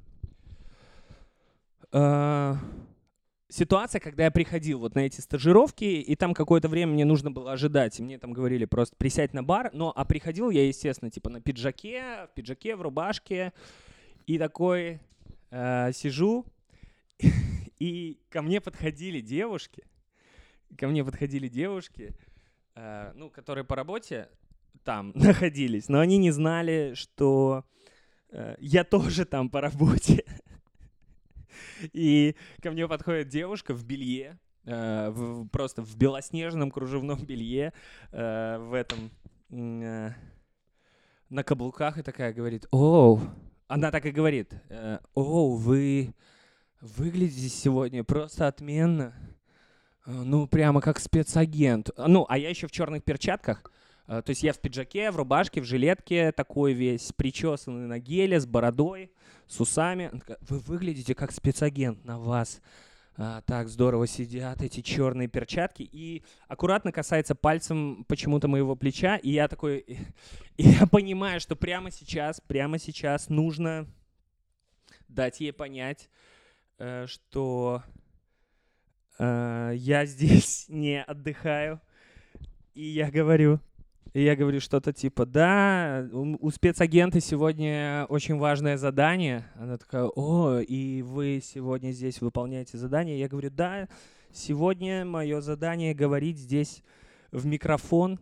ситуация, когда я приходил вот на эти стажировки, и там какое-то время мне нужно было ожидать, и мне там говорили просто присядь на бар, а приходил я, естественно, типа на пиджаке, в рубашке, и такой сижу, и ко мне подходили девушки, ну, которые по работе там находились, но они не знали, что я тоже там по работе. И ко мне подходит девушка в белье, просто в белоснежном кружевном белье, на каблуках, и такая говорит, она так и говорит, вы выглядите сегодня просто отменно, ну, прямо как спецагент. Ну, а я еще в черных перчатках, то есть я в пиджаке, в рубашке, в жилетке, такой весь причесанный на геле, с бородой, с усами. Вы выглядите как спецагент, на вас так здорово сидят эти черные перчатки. И аккуратно касается пальцем почему-то моего плеча. И я такой, я понимаю, что прямо сейчас нужно дать ей понять, что я здесь не отдыхаю. И я говорю что-то типа, да, у спецагента сегодня очень важное задание. Она такая, и вы сегодня здесь выполняете задание? Я говорю, да, сегодня мое задание говорить здесь в микрофон.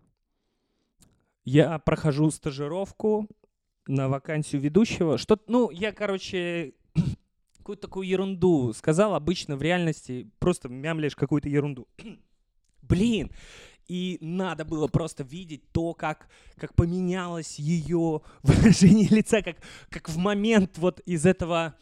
Я прохожу стажировку на вакансию ведущего. Я, какую-то такую ерунду сказал. Обычно в реальности просто мямлишь какую-то ерунду. Блин! И надо было просто видеть то, как поменялось ее выражение лица, как в момент вот из этого,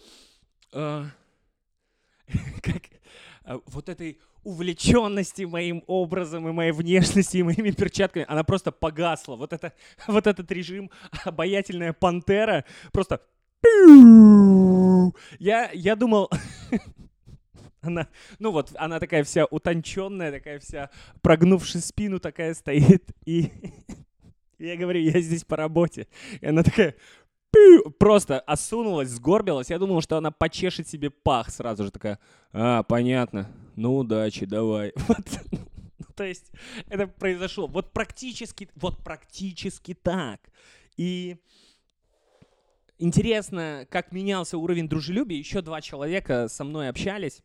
вот этой увлеченности моим образом и моей внешностью, и моими перчатками, она просто погасла. Вот этот режим, обаятельная пантера, просто Я думал, она, ну вот, она такая вся утонченная, такая вся прогнувши спину, такая стоит, и я говорю, я здесь по работе. И она такая просто осунулась, сгорбилась. Я думал, что она почешет себе пах сразу же, такая, понятно, ну удачи, давай. То есть это произошло вот практически так. И интересно, как менялся уровень дружелюбия. Еще 2 человека со мной общались.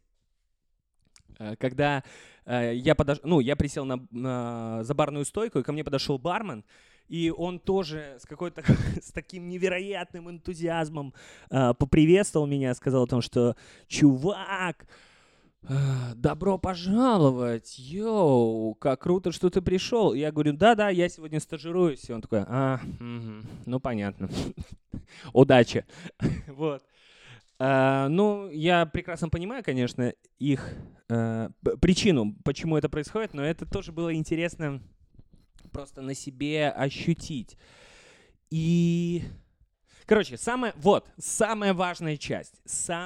Когда я присел за барную стойку, и ко мне подошел бармен, и он тоже с таким невероятным энтузиазмом поприветствовал меня, сказал о том, что «Чувак, добро пожаловать, йоу, как круто, что ты пришел». Я говорю, да, я сегодня стажируюсь. И он такой, ну понятно, удачи. Вот. Ну, я прекрасно понимаю, конечно, их причину, почему это происходит, но это тоже было интересно просто на себе ощутить. И, короче, самая важная часть,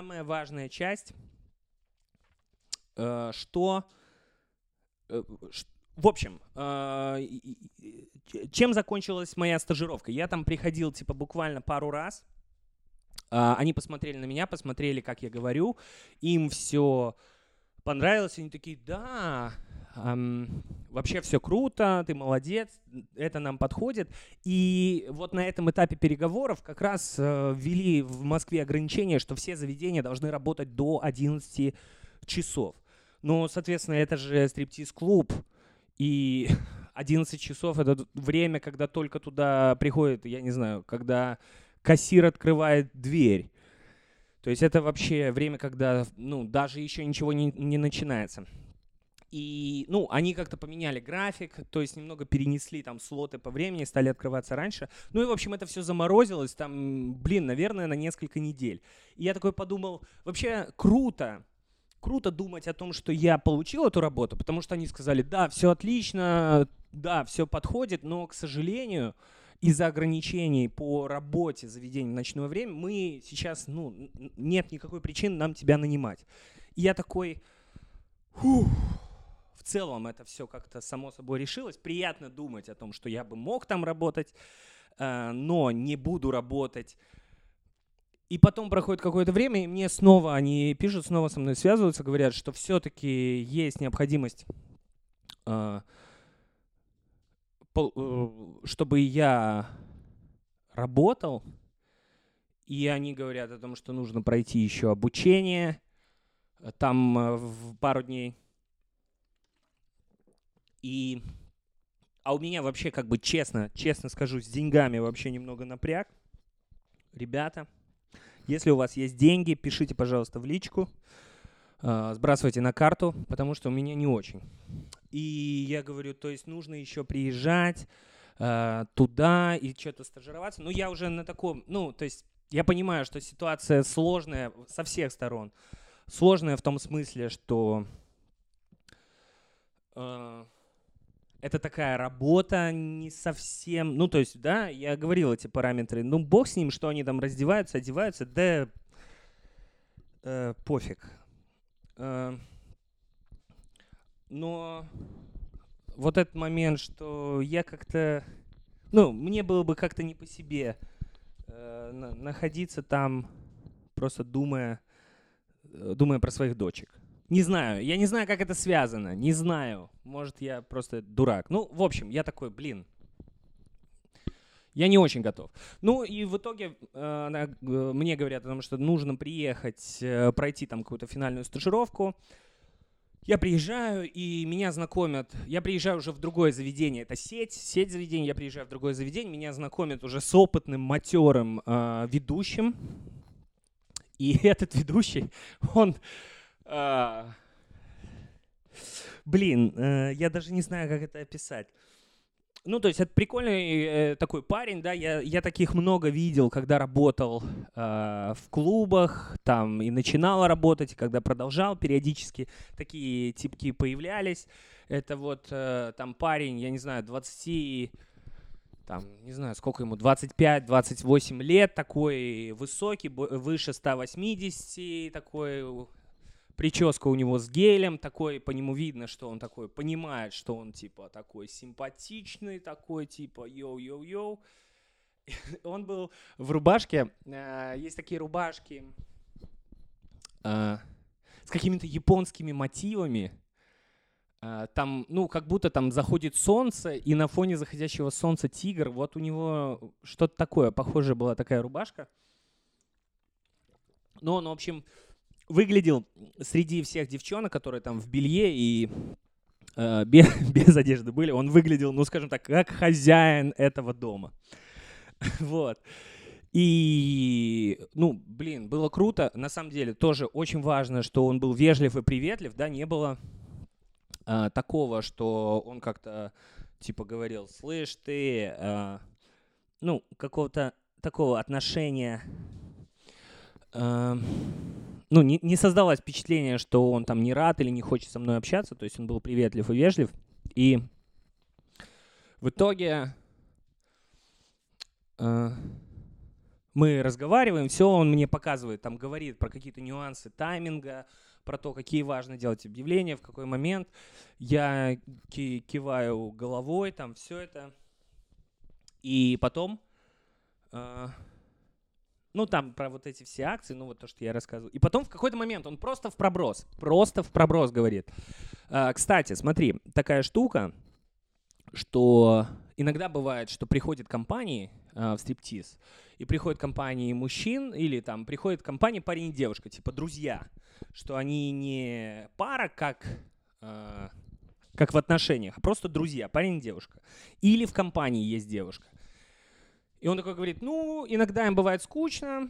что, в общем, чем закончилась моя стажировка? Я там приходил, буквально пару раз. Они посмотрели на меня, посмотрели, как я говорю. Им все понравилось. Они такие, да, вообще все круто, ты молодец, это нам подходит. И вот на этом этапе переговоров как раз ввели в Москве ограничение, что все заведения должны работать до 11 часов. Но, соответственно, это же стриптиз-клуб. И 11 часов — это время, когда только туда приходит, я не знаю, когда кассир открывает дверь. То есть это вообще время, когда, даже еще ничего не начинается. И, они как-то поменяли график, то есть немного перенесли там слоты по времени, стали открываться раньше. Ну и, в общем, это все заморозилось там, наверное, на несколько недель. И я такой подумал, вообще круто думать о том, что я получил эту работу, потому что они сказали, да, все отлично, да, все подходит, но, к сожалению, из-за ограничений по работе заведения в ночное время мы сейчас, нет никакой причины нам тебя нанимать. И я такой, в целом это все как-то само собой решилось. Приятно думать о том, что я бы мог там работать, но не буду работать. И потом проходит какое-то время, и мне снова они пишут, снова со мной связываются, говорят, что все-таки есть необходимость, чтобы я работал. И они говорят о том, что нужно пройти еще обучение там в пару дней. А у меня вообще, честно скажу, с деньгами вообще немного напряг. Ребята, если у вас есть деньги, пишите, пожалуйста, в личку, сбрасывайте на карту, потому что у меня не очень. И я говорю, то есть нужно еще приезжать туда и что-то стажироваться. Я уже на таком, то есть я понимаю, что ситуация сложная со всех сторон. Сложная в том смысле, что это такая работа не совсем... то есть, да, я говорил эти параметры. Бог с ним, что они там раздеваются, одеваются, да пофиг. Но вот этот момент, что я как-то... мне было бы как-то не по себе находиться там, просто думая про своих дочек. Не знаю, я не знаю, как это связано, не знаю. Может, я просто дурак. В общем, я такой, я не очень готов. И в итоге мне говорят о том, что нужно приехать, пройти там какую-то финальную стажировку. Я приезжаю, и меня знакомят. Я приезжаю уже в другое заведение. Это сеть заведений. Я приезжаю в другое заведение. Меня знакомят уже с опытным, матерым ведущим. И этот ведущий, он... я даже не знаю, как это описать. То есть это прикольный такой парень, да, я таких много видел, когда работал в клубах, там и начинал работать, и когда продолжал, периодически такие типки появлялись. Это вот там парень, я не знаю, 20 там, не знаю, сколько ему, 25-28 лет, такой высокий, выше 180, такой, прическа у него с гелем, такой, по нему видно, что он такой, понимает, что он, типа, такой симпатичный, такой, типа, йоу-йоу-йоу. Он был в рубашке, есть такие рубашки с какими-то японскими мотивами. Там, ну, как будто там заходит солнце, и на фоне заходящего солнца тигр. Вот у него что-то такое, похожая была такая рубашка. Но он, в общем, выглядел среди всех девчонок, которые там в белье и без одежды были, он выглядел, ну, скажем так, как хозяин этого дома. Вот. И, ну, блин, было круто. На самом деле, тоже очень важно, что он был вежлив и приветлив, да, не было такого, что он как-то, типа, говорил, слышь, ты, ну, какого-то такого отношения, ну, не создалось впечатление, что он там не рад или не хочет со мной общаться, то есть он был приветлив и вежлив. И в итоге мы разговариваем, все, он мне показывает, там говорит про какие-то нюансы тайминга, про то, какие важно делать объявления, в какой момент. Я киваю головой, там все это. И потом, ну там про вот эти все акции, ну вот то, что я рассказывал. И потом в какой-то момент он просто в проброс говорит. Кстати, смотри, такая штука, что иногда бывает, что приходят компании в стриптиз, и приходят компании мужчин, или там приходят компании парень и девушка, типа друзья, что они не пара, как в отношениях, а просто друзья, парень и девушка. Или в компании есть девушка. И он такой говорит, ну, иногда им бывает скучно,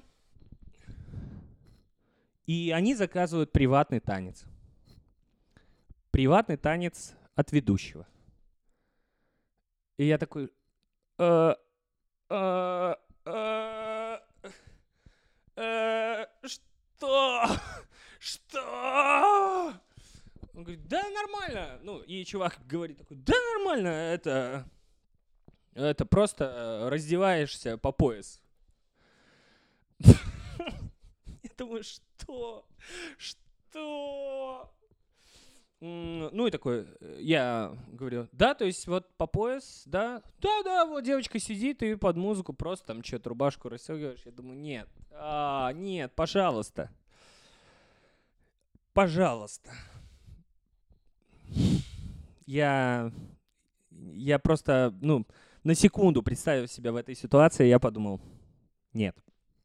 и они заказывают приватный танец. Приватный танец от ведущего. И я такой, что? Что? Он говорит, да, нормально. Ну, и чувак говорит такой, да, нормально, это просто раздеваешься по пояс. Я думаю, что? Что? Ну и такой, я говорю, да, то есть вот по пояс, да, вот девочка сидит и под музыку просто там что-то рубашку расстегиваешь. Я думаю, нет, нет, пожалуйста, пожалуйста. Я просто, ну, на секунду представив себя в этой ситуации, я подумал, нет,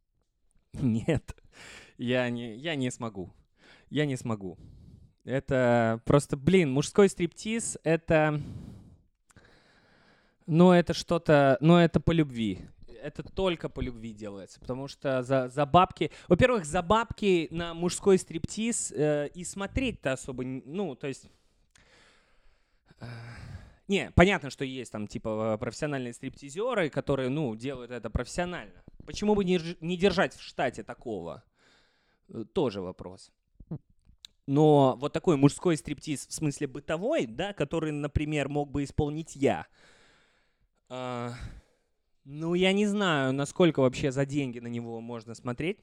я не смогу, Это просто, блин, мужской стриптиз, это, ну, это что-то, ну, это по любви. Это только по любви делается, потому что за бабки... Во-первых, за бабки на мужской стриптиз и смотреть-то особо... Ну, то есть... Не, понятно, что есть там типа профессиональные стриптизеры, которые, ну, делают это профессионально. Почему бы не держать в штате такого? Тоже вопрос. Но вот такой мужской стриптиз в смысле бытовой, да, который, например, мог бы исполнить я, ну, я не знаю, насколько вообще за деньги на него можно смотреть.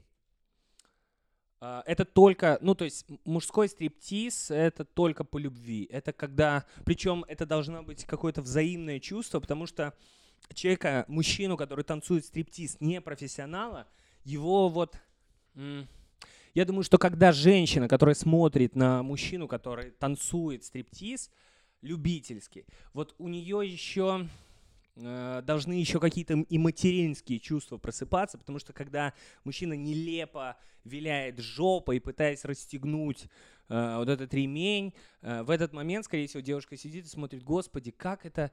Это только, ну, то есть мужской стриптиз — это только по любви. Это когда, причем это должно быть какое-то взаимное чувство, потому что человека, мужчину, который танцует стриптиз, не профессионала, его вот... Я думаю, что когда женщина, которая смотрит на мужчину, который танцует стриптиз любительский, вот у нее еще должны еще какие-то и материнские чувства просыпаться, потому что когда мужчина нелепо виляет жопой, пытаясь расстегнуть вот этот ремень, в этот момент, скорее всего, девушка сидит и смотрит, господи, как это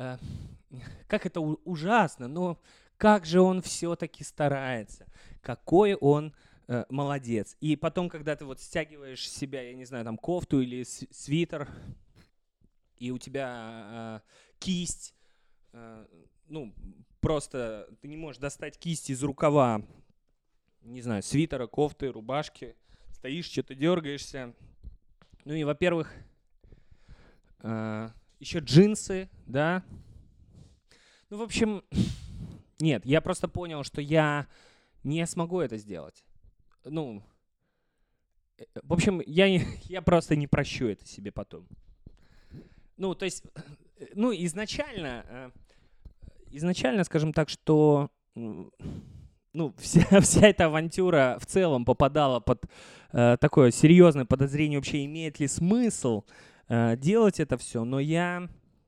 ужасно, но как же он все-таки старается, какой он молодец. И потом, когда ты вот стягиваешь с себя, я не знаю, там кофту или свитер, и у тебя кисть, ну, просто ты не можешь достать кисть из рукава, не знаю, свитера, кофты, рубашки, стоишь, что-то дергаешься. Ну и, во-первых, еще джинсы, да. Ну, в общем, нет, я просто понял, что я не смогу это сделать. Ну, в общем, я просто не прощу это себе потом. Ну, то есть, ну, изначально, скажем так, что, ну, вся эта авантюра в целом попадала под такое серьезное подозрение, вообще имеет ли смысл делать это все, но я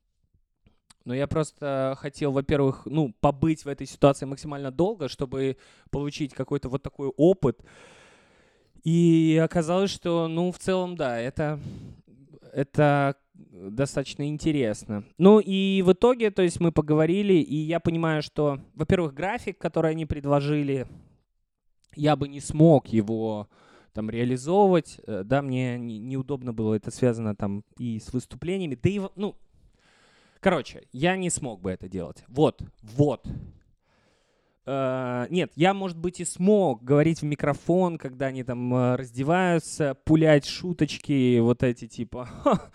просто хотел, во-первых, ну, побыть в этой ситуации максимально долго, чтобы получить какой-то вот такой опыт. И оказалось, что, ну, в целом, да, это достаточно интересно. Ну и в итоге, то есть мы поговорили, и я понимаю, что, во-первых, график, который они предложили, я бы не смог его там реализовывать, да, мне неудобно было, это связано там и с выступлениями, да и, ну, короче, я не смог бы это делать. Вот. Нет, я, может быть, и смог говорить в микрофон, когда они там раздеваются, пулять шуточки вот эти типа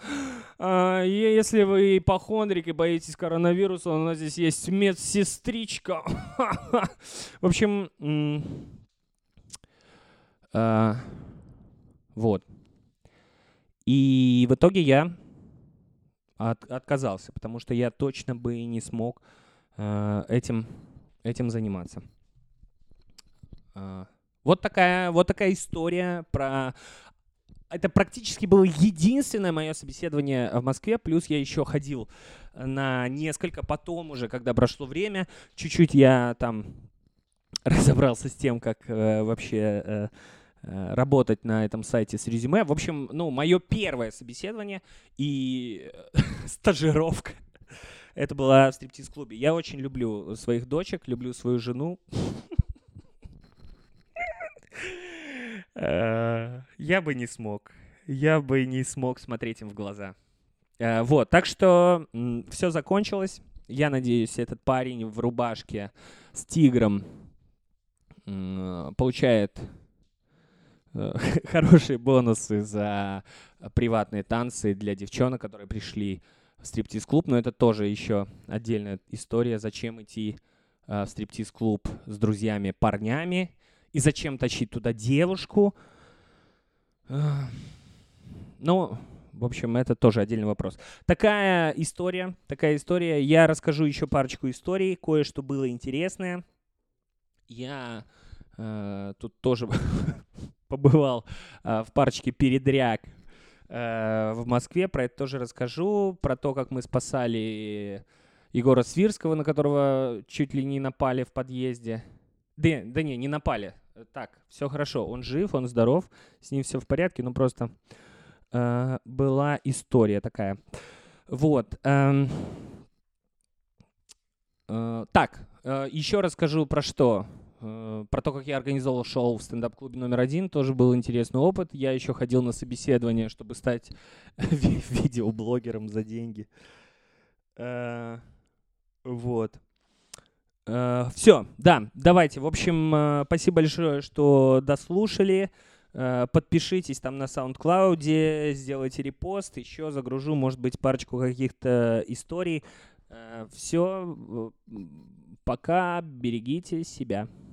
если вы ипохондрик и боитесь коронавируса, у нас здесь есть медсестричка. В общем, вот. И в итоге я отказался, потому что я точно бы не смог этим заниматься. Вот такая история про... Это практически было единственное мое собеседование в Москве, плюс я еще ходил на несколько потом уже, когда прошло время. Чуть-чуть я там разобрался с тем, как вообще работать на этом сайте с резюме. В общем, ну, мое первое собеседование и стажировка. Это была в стриптиз-клубе. Я очень люблю своих дочек, люблю свою жену. Я бы не смог. Я бы не смог смотреть им в глаза. Вот, так что все закончилось. Я надеюсь, этот парень в рубашке с тигром получает хорошие бонусы за приватные танцы для девчонок, которые пришли в стриптиз-клуб. Но это тоже еще отдельная история, зачем идти в стриптиз-клуб с друзьями-парнями и зачем тащить туда девушку. Ну, в общем, это тоже отдельный вопрос. Такая история. Я расскажу еще парочку историй, кое-что было интересное. Я тут тоже побывал в парочке передряг в Москве. Про это тоже расскажу. Про то, как мы спасали Егора Свирского, на которого чуть ли не напали в подъезде. Да не напали. Так, все хорошо. Он жив, он здоров, с ним все в порядке, но просто была история такая. Вот. Так, еще расскажу про что. Про то, как я организовал шоу в стендап-клубе номер 1. Тоже был интересный опыт. Я еще ходил на собеседование, чтобы стать видеоблогером за деньги. Вот. Все, да, давайте. В общем, спасибо большое, что дослушали. Подпишитесь там на SoundCloud, сделайте репост, еще загружу, может быть, парочку каких-то историй. Все, пока, берегите себя.